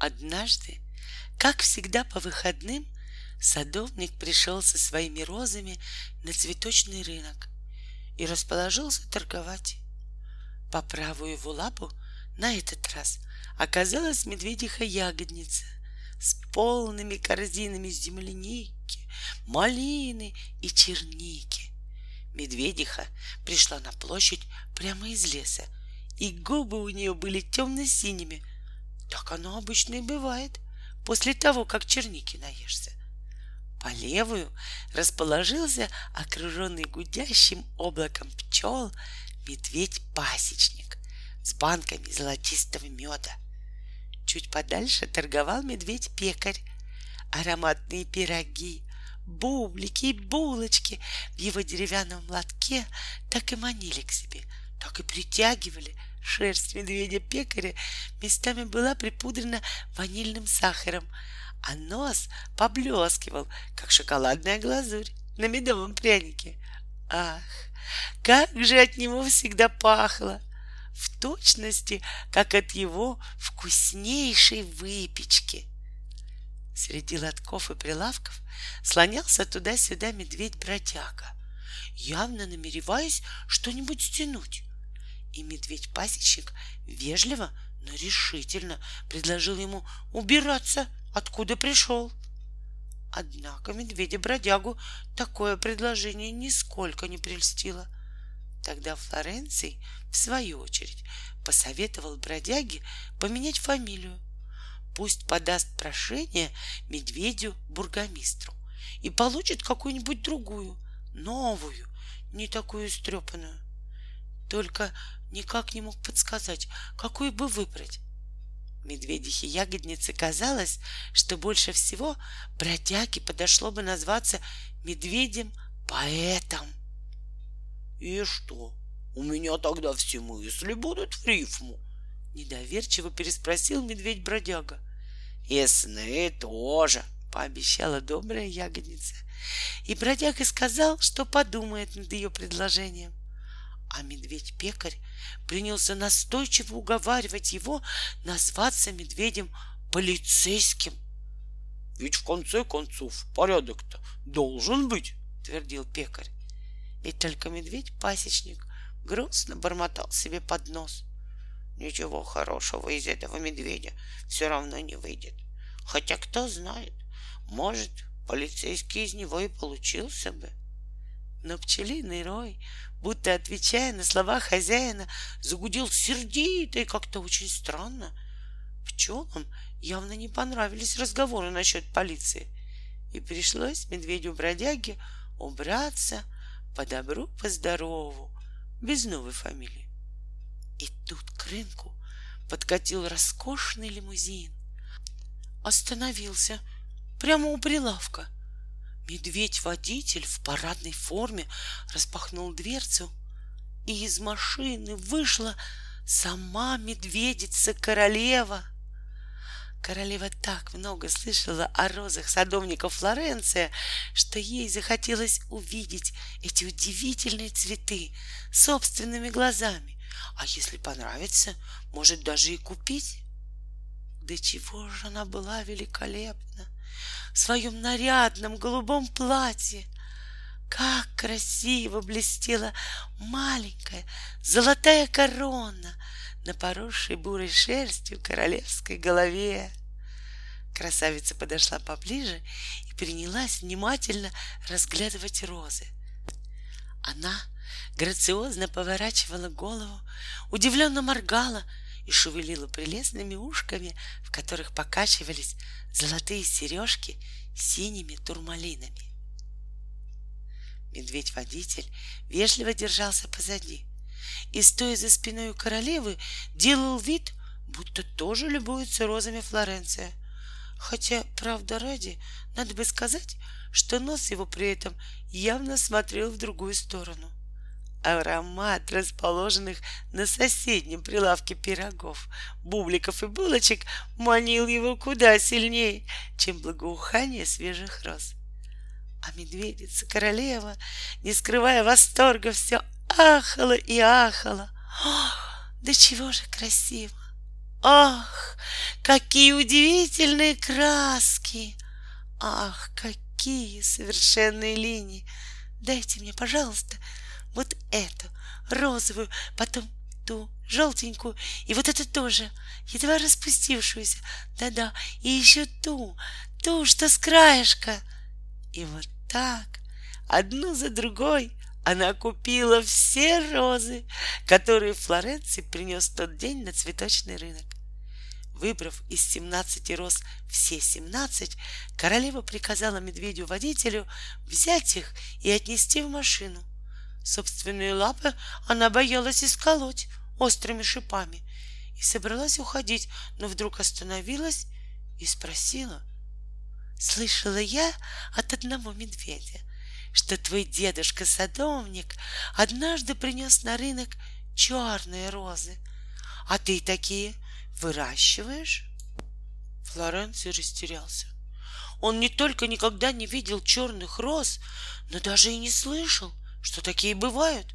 Однажды, как всегда по выходным, садовник пришел со своими розами на цветочный рынок и расположился торговать. По правую его лапу на этот раз оказалась медведиха-ягодница с полными корзинами земляники, малины и черники. Медведиха пришла на площадь прямо из леса, и губы у нее были темно-синими. Так оно обычно и бывает после того, как черники наешься. По левую расположился окруженный гудящим облаком пчел медведь-пасечник с банками золотистого меда. Чуть подальше торговал медведь-пекарь. Ароматные пироги, бублики и булочки в его деревянном лотке так и манили к себе, так и притягивали. Шерсть медведя-пекаря местами была припудрена ванильным сахаром, а нос поблескивал, как шоколадная глазурь на медовом прянике. Ах, как же от него всегда пахло! В точности, как от его вкуснейшей выпечки. Среди лотков и прилавков слонялся туда-сюда медведь-бродяга, явно намереваясь что-нибудь стянуть. И медведь-пасечник вежливо, но решительно предложил ему убираться, откуда пришел. Однако медведя-бродягу такое предложение нисколько не прельстило. Тогда Флоренций, в свою очередь, посоветовал бродяге поменять фамилию. Пусть подаст прошение медведю-бургомистру и получит какую-нибудь другую, новую, не такую истрепанную. Только никак не мог подсказать, какую бы выбрать. Медведихе-ягоднице казалось, что больше всего бродяге подошло бы назваться медведем-поэтом. И что, у меня тогда все мысли будут в рифму? Недоверчиво переспросил медведь-бродяга. И сны тоже, пообещала добрая ягодница. И бродяга сказал, что подумает над ее предложением. А медведь-пекарь принялся настойчиво уговаривать его назваться медведем полицейским. Ведь в конце концов порядок-то должен быть, твердил пекарь. И только медведь-пасечник грустно бормотал себе под нос. Ничего хорошего из этого медведя все равно не выйдет. Хотя кто знает, может, полицейский из него и получился бы. Но пчелиный рой, будто отвечая на слова хозяина, загудел сердито и как-то очень странно. Пчелам явно не понравились разговоры насчет полиции, и пришлось медведю-бродяге убраться по добру, по здорову, без новой фамилии. И тут к рынку подкатил роскошный лимузин. Остановился прямо у прилавка. Медведь-водитель в парадной форме распахнул дверцу, и из машины вышла сама медведица-королева. Королева так много слышала о розах садовников Флоренция, что ей захотелось увидеть эти удивительные цветы собственными глазами, а если понравится, может даже и купить. Да чего же она была великолепна в своем нарядном голубом платье! Как красиво блестела маленькая золотая корона на поросшей бурой шерстью королевской голове. Красавица подошла поближе и принялась внимательно разглядывать розы. Она грациозно поворачивала голову, удивленно моргала и шевелила прелестными ушками, в которых покачивались золотые сережки с синими турмалинами. Медведь-водитель вежливо держался позади и, стоя за спиной у королевы, делал вид, будто тоже любуется розами Флоренция. Хотя, правда ради, надо бы сказать, что нос его при этом явно смотрел в другую сторону. Аромат расположенных на соседнем прилавке пирогов, бубликов и булочек манил его куда сильнее, чем благоухание свежих роз. А медведица-королева, не скрывая восторга, все ахала и ахала. Ох, да чего же красиво! Ах, какие удивительные краски! Ах, какие совершенные линии! Дайте мне, пожалуйста, вот эту розовую, потом ту желтенькую, и вот эту тоже, едва распустившуюся. Да-да, и еще ту, что с краешка. И вот так, одну за другой, она купила все розы, которые Флоренций принес в тот день на цветочный рынок. Выбрав из 17 роз все 17, королева приказала медведю-водителю взять их и отнести в машину. Собственные лапы она боялась исколоть острыми шипами и собралась уходить, но вдруг остановилась и спросила: «Слышала я от одного медведя, что твой дедушка-садовник однажды принес на рынок черные розы, а ты такие выращиваешь?» Флоренций растерялся. Он не только никогда не видел черных роз, но даже и не слышал, что такие бывают.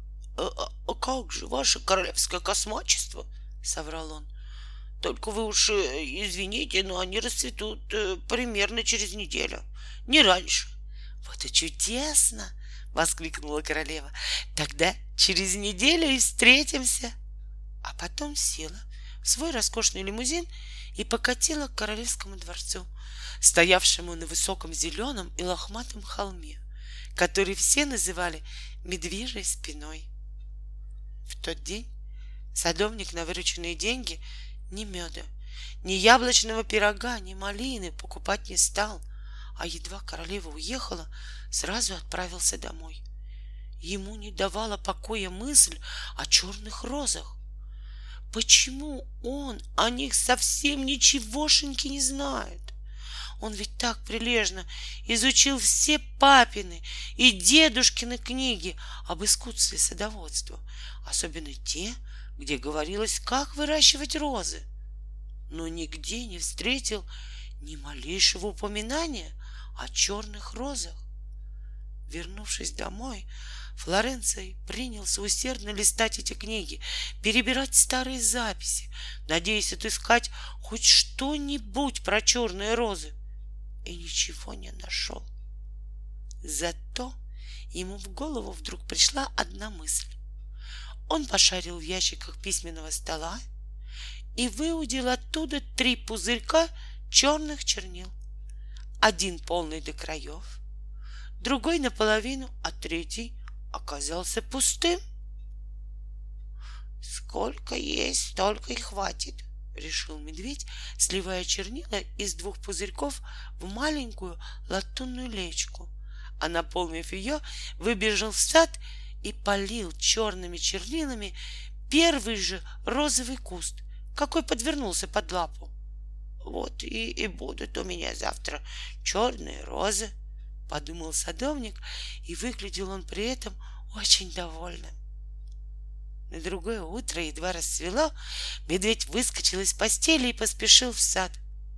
Как же, ваше королевское космачество, — соврал он. — Только вы уж извините, но они расцветут примерно через неделю, не раньше. — Вот и чудесно! — воскликнула королева. — Тогда через неделю и встретимся. А потом села в свой роскошный лимузин и покатила к королевскому дворцу, стоявшему на высоком зеленом и лохматом холме, который все называли Медвежьей спиной. В тот день садовник на вырученные деньги ни меда, ни яблочного пирога, ни малины покупать не стал, а едва королева уехала, сразу отправился домой. Ему не давала покоя мысль о черных розах. Почему он о них совсем ничегошеньки не знает? Он ведь так прилежно изучил все папины и дедушкины книги об искусстве садоводства, особенно те, где говорилось, как выращивать розы, но нигде не встретил ни малейшего упоминания о черных розах. Вернувшись домой, Флоренций принялся усердно листать эти книги, перебирать старые записи, надеясь отыскать хоть что-нибудь про черные розы, и ничего не нашел. Зато ему в голову вдруг пришла одна мысль. Он пошарил в ящиках письменного стола и выудил оттуда 3 пузырька черных чернил. Один полный до краев, другой наполовину, а третий оказался пустым. «Сколько есть, столько и хватит», — решил медведь, сливая чернила из 2 пузырьков в маленькую латунную леечку, а наполнив ее, выбежал в сад и полил черными чернилами первый же розовый куст, какой подвернулся под лапу. «Вот и будут у меня завтра черные розы», — подумал садовник, и выглядел он при этом очень довольным. На другое утро, едва расцвело, медведь выскочил из постели и поспешил в сад.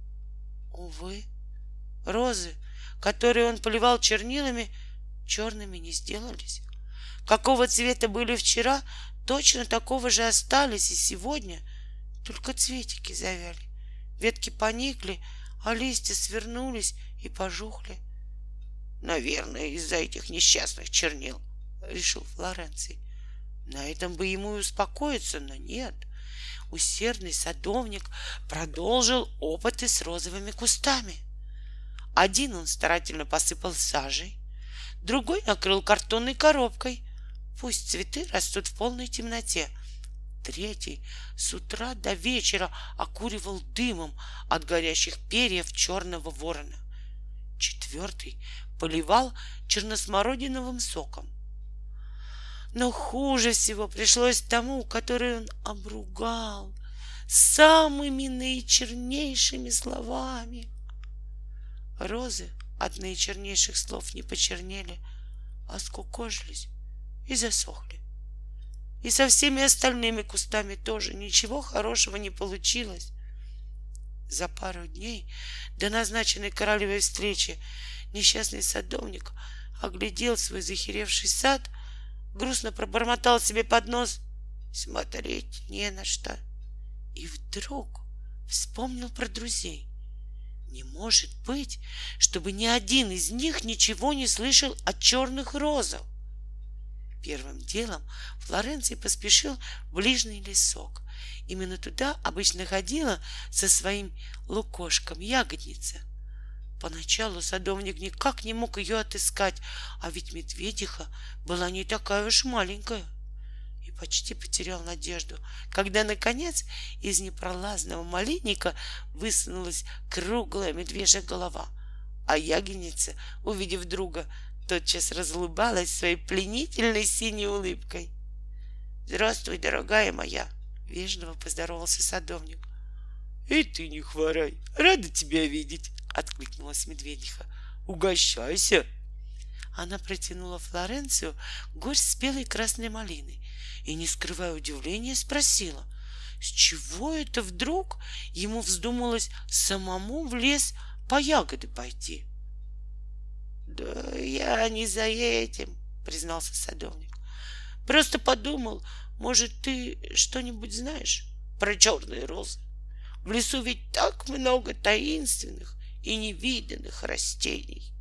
Увы, розы, которые он поливал чернилами, черными не сделались. Какого цвета были вчера, точно такого же остались и сегодня, только цветики завяли, ветки поникли, а листья свернулись и пожухли. «Наверное, из-за этих несчастных чернил», — решил Флоренций. На этом бы ему и успокоиться, но нет. Усердный садовник продолжил опыты с розовыми кустами. Один он старательно посыпал сажей, другой накрыл картонной коробкой. Пусть цветы растут в полной темноте. Третий с утра до вечера окуривал дымом от горящих перьев черного ворона. Четвертый поливал черносмородиновым соком. Но хуже всего пришлось тому, который он обругал самыми наичернейшими словами. Розы от наичернейших слов не почернели, а скукожились и засохли. И со всеми остальными кустами тоже ничего хорошего не получилось. За пару дней до назначенной королевой встречи несчастный садовник оглядел свой захеревший сад, грустно пробормотал себе под нос: «Смотреть не на что», и вдруг вспомнил про друзей. Не может быть, чтобы ни один из них ничего не слышал о черных розах. Первым делом Флоренций поспешил в ближний лесок. Именно туда обычно ходила со своим лукошком ягодница. Поначалу садовник никак не мог ее отыскать, а ведь медведиха была не такая уж маленькая. И почти потерял надежду, когда, наконец, из непролазного малинника высунулась круглая медвежья голова, а ягодница, увидев друга, тотчас разулыбалась своей пленительной синей улыбкой. «Здравствуй, дорогая моя!» — вежливо поздоровался садовник. «И ты не хворай, рада тебя видеть!» — откликнулась медведиха. «Угощайся!» Она протянула Флоренцию горсть спелой красной малины и, не скрывая удивления, спросила, с чего это вдруг ему вздумалось самому в лес по ягоды пойти. «Да я не за этим», — признался садовник. «Просто подумал, может, ты что-нибудь знаешь про черные розы? В лесу ведь так много таинственных и невиданных растений».